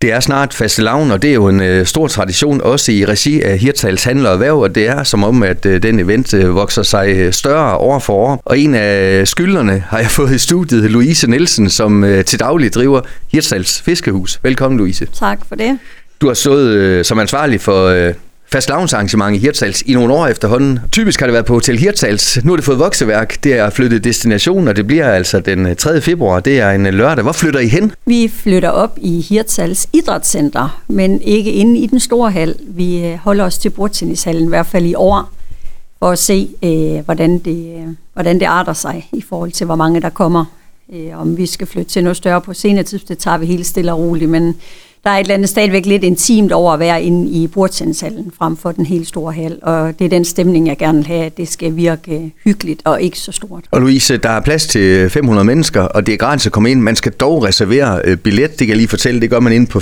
Det er snart fastelavn, og det er jo en stor tradition, også i regi af Hirtshals Handel og Erhverv, og det er som om, at den event vokser sig større år for år. Og en af skylderne har jeg fået i studiet, Louise Nielsen, som til daglig driver Hirtshals Fiskehus. Velkommen, Louise. Tak for det. Du har stået som ansvarlig for fastelavnsarrangement i Hirtshals i nogle år efterhånden. Typisk har det været på Hotel Hirtshals. Nu har det fået vokseværk. Det er flyttet destination, og det bliver altså den 3. februar. Det er en lørdag. Hvor flytter I hen? Vi flytter op i Hirtshals Idrætscenter, men ikke inde i den store hal. Vi holder os til bordtennishallen, i hvert fald i år, for at se, hvordan det arter sig i forhold til, hvor mange der kommer. Om vi skal flytte til noget større på senere tid, det tager vi helt stille og roligt, men der er et eller andet stadigvæk lidt intimt over at være inde i bordtennishallen frem for den helt store hal, og det er den stemning, jeg gerne vil have, at det skal virke hyggeligt og ikke så stort. Og Louise, der er plads til 500 mennesker, og det er gratis at komme ind. Man skal dog reservere billet, det kan jeg lige fortælle, det gør man inde på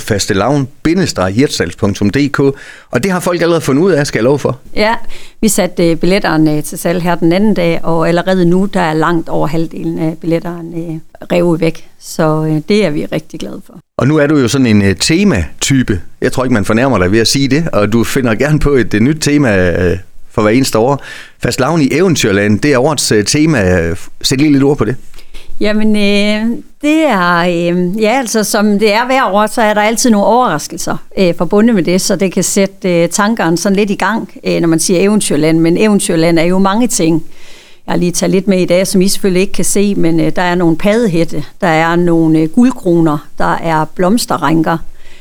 fastelavn-hirtshals.dk, og det har folk allerede fundet ud af, skal jeg love for. Ja, vi satte billetterne til salg her den anden dag, og allerede nu, der er langt over halvdelen af billetterne revet væk, så det er vi rigtig glade for. Og nu er du jo sådan en tematype. Jeg tror ikke, man fornærmer dig ved at sige det, og du finder gerne på et nyt tema for hver eneste år. Fastelavn i Eventyrland, det er årets tema. Sæt lige lidt ord på det. Jamen, det er, altså som det er hver år, så er der altid nogle overraskelser forbundet med det, så det kan sætte tankerne sådan lidt i gang, når man siger Eventyrland. Men Eventyrland er jo mange ting. Jeg har lige taget lidt med i dag, som I selvfølgelig ikke kan se, men der er nogle padehætte, der er nogle guldkroner, der er blomsterranker,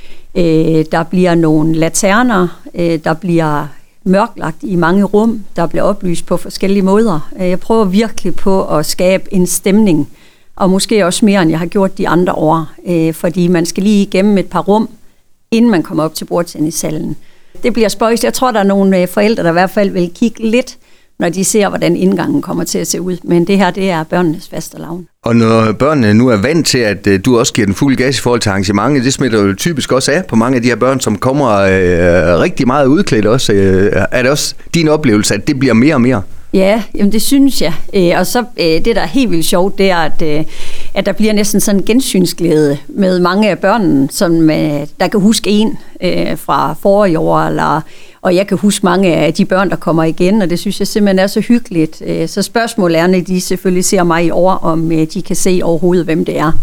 der bliver nogle laterner, der bliver mørklagt i mange rum, der bliver oplyst på forskellige måder. Jeg prøver virkelig på at skabe en stemning, og måske også mere, end jeg har gjort de andre år, fordi man skal lige igennem et par rum, inden man kommer op til bordtennishallen. Det bliver spøjst. Jeg tror, der er nogle forældre, der i hvert fald vil kigge lidt, når de ser, hvordan indgangen kommer til at se ud. Men det her, det er børnenes fastelavn. Og når børnene nu er vant til, at du også giver den fuld gas i forhold til arrangementet, det smitter jo typisk også af på mange af de her børn, som kommer rigtig meget udklædt også. Er det også din oplevelse, at det bliver mere og mere? Ja, jamen det synes jeg. Og så det, der er helt vildt sjovt, det er, at der bliver næsten sådan en gensynsglæde med mange af børnene, som der kan huske en fra forrige år, og jeg kan huske mange af de børn, der kommer igen, og det synes jeg simpelthen er så hyggeligt. Så spørgsmålet er, når de selvfølgelig ser mig i år, om de kan se overhovedet, hvem det er.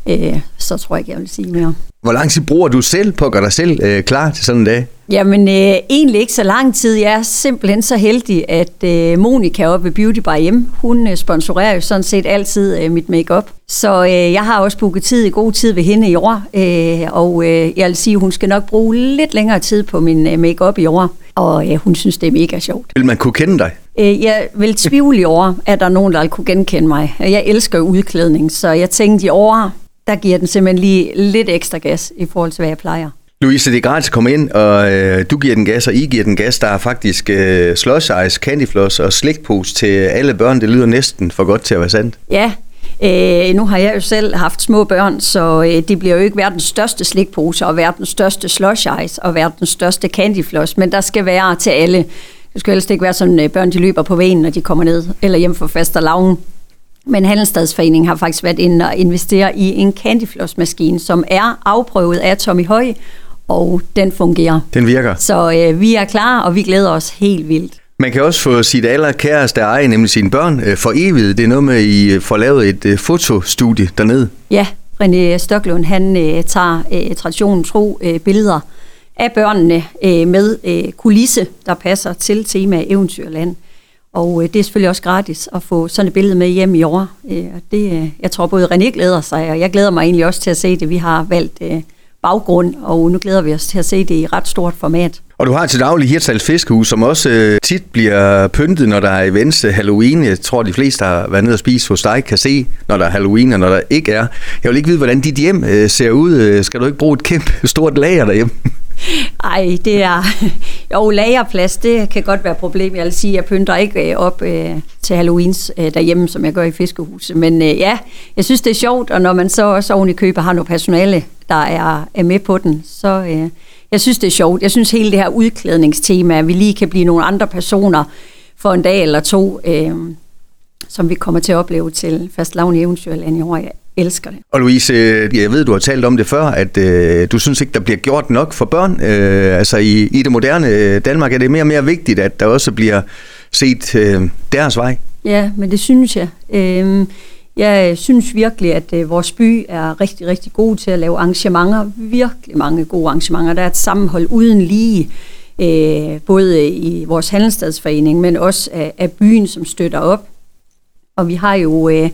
Så tror jeg ikke, jeg vil sige mere. Hvor lang tid bruger du selv på at gøre dig selv klar til sådan en dag? Jamen, egentlig ikke så lang tid. Jeg er simpelthen så heldig, at Monika oppe ved Beauty by M, hun sponsorerer jo sådan set altid mit makeup. Så jeg har også booket tid i god tid ved hende i år, og jeg vil sige, at hun skal nok bruge lidt længere tid på min makeup i år, og hun synes, det er mega sjovt. Vil man kunne kende dig? Jeg vil tvivle i år, at der er nogen, der kunne genkende mig. Jeg elsker udklædning, så jeg tænkte i år, der giver den simpelthen lige lidt ekstra gas i forhold til, hvad jeg plejer. Louise, det er gratis at komme ind, og du giver den gas, og I giver den gas. Der er faktisk slush ice, candyfloss og slikpose til alle børn. Det lyder næsten for godt til at være sandt. Ja, nu har jeg jo selv haft små børn, så det bliver jo ikke verdens største slikpose, og verdens største slush ice, og verdens største candyfloss, men der skal være til alle. Det skal helst ikke være sådan, børn de løber på vejen, når de kommer ned, eller hjem fra fastelavn. Men Handelsstadsforeningen har faktisk været inde og investere i en candyfloss-maskine, som er afprøvet af Tommy Høj, og den fungerer. Den virker. Så vi er klar, og vi glæder os helt vildt. Man kan også få sit allerkæreste eje, nemlig sine børn, for evigt. Det er noget med, at I får lavet et fotostudie dernede. Ja, René Stoklund, han tager traditionen tro billeder af børnene med kulisse, der passer til tema Eventyrland. Og det er selvfølgelig også gratis at få sådan et billede med hjem i år. Jeg tror både René glæder sig, og jeg glæder mig egentlig også til at se det. Vi har valgt baggrund, og nu glæder vi os til at se det i ret stort format. Og du har til daglig Hirtshals Fiskehus, som også tit bliver pyntet, når der er events Halloween. Jeg tror, de fleste, der har været nede og spise hos dig, kan se, når der er Halloween, og når der ikke er. Jeg vil ikke vide, hvordan dit hjem ser ud. Skal du ikke bruge et kæmpe stort lager derhjemme? Ej, det er jo lagerplads, det kan godt være et problem. Jeg vil sige, jeg pynter ikke op til Halloweens derhjemme, som jeg gør i Fiskehuset. Men ja, jeg synes, det er sjovt, og når man så også oven i købet har noget personale, der er med på den, så jeg synes, det er sjovt. Jeg synes, hele det her udklædningstema, at vi lige kan blive nogle andre personer for en dag eller to, som vi kommer til at opleve til fastelavn i Eventyrland i år. Jeg elsker det. Og Louise, jeg ved, du har talt om det før, at du synes ikke, der bliver gjort nok for børn. Altså i det moderne Danmark er det mere og mere vigtigt, at der også bliver set deres vej. Ja, men det synes jeg. Jeg synes virkelig, at vores by er rigtig, rigtig god til at lave arrangementer. Virkelig mange gode arrangementer. Der er et sammenhold uden lige, både i vores handelsstadsforening, men også af byen, som støtter op. Og vi har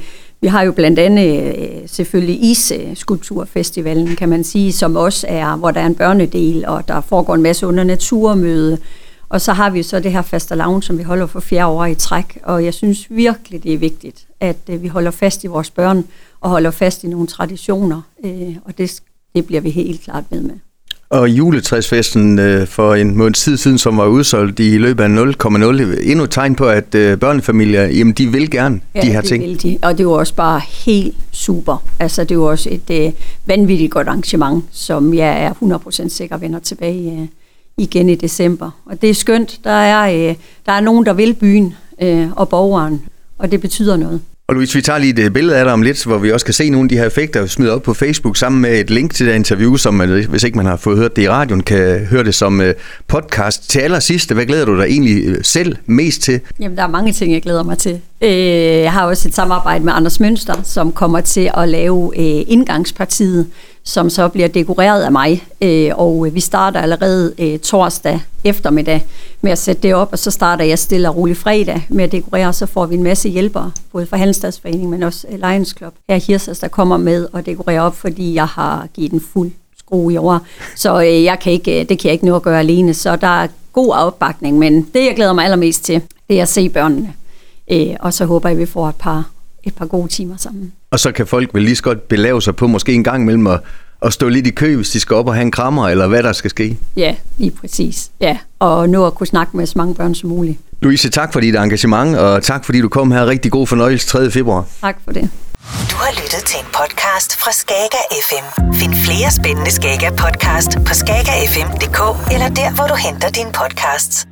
jo blandt andet selvfølgelig Isskulpturfestivalen, kan man sige, som også er, hvor der er en børnedel, og der foregår en masse under naturmøde. Og så har vi så det her fastelavn, som vi holder for 4 år i træk. Og jeg synes virkelig, det er vigtigt, at vi holder fast i vores børn, og holder fast i nogle traditioner. Og det bliver vi helt klart ved med. Og juletræsfesten for en måned tid siden, som var udsolgt i løbet af 0,0, endnu et tegn på, at børnefamilier, jamen de vil gerne de her ting. Vil de. Og det var også bare helt super. Altså det var også et vanvittigt godt arrangement, som jeg er 100% sikker vender tilbage igen i december. Og det er skønt. Der er nogen, der vil byen og borgeren, og det betyder noget. Og Louise, vi tager lige et billede af dig om lidt, hvor vi også kan se nogle af de her effekter smidt op på Facebook, sammen med et link til det interview, som hvis ikke man har fået hørt det i radioen, kan høre det som podcast. Til allersidst, hvad glæder du dig egentlig selv mest til? Jamen, der er mange ting, jeg glæder mig til. Jeg har også et samarbejde med Anders Mønster, som kommer til at lave indgangspartiet, som så bliver dekoreret af mig. Og vi starter allerede torsdag eftermiddag med at sætte det op, og så starter jeg stille og roligt fredag med at dekorere, og så får vi en masse hjælpere, både fra Handelsstadsforeningen, men også Lions Club. Her Hirsas, der kommer med og dekorerer op, fordi jeg har givet den fuld skrue i år. Så det kan jeg ikke nå at gøre alene, så der er god opbakning, men det jeg glæder mig allermest til, det er at se børnene. Og så håber jeg, at vi får et par gode timer sammen. Og så kan folk vel lige så godt belave sig på måske en gang imellem at stå lidt i kø, hvis de skal op og have en krammer, eller hvad der skal ske. Ja, lige præcis. Ja, og nå at kunne snakke med så mange børn som muligt. Louise, tak for dit engagement, og tak fordi du kom her. Rigtig god fornøjelse 3. februar. Tak for det. Du har lyttet til en podcast fra Skager FM. Find flere spændende Skager podcast på skagerfm.dk eller der, hvor du henter dine podcasts.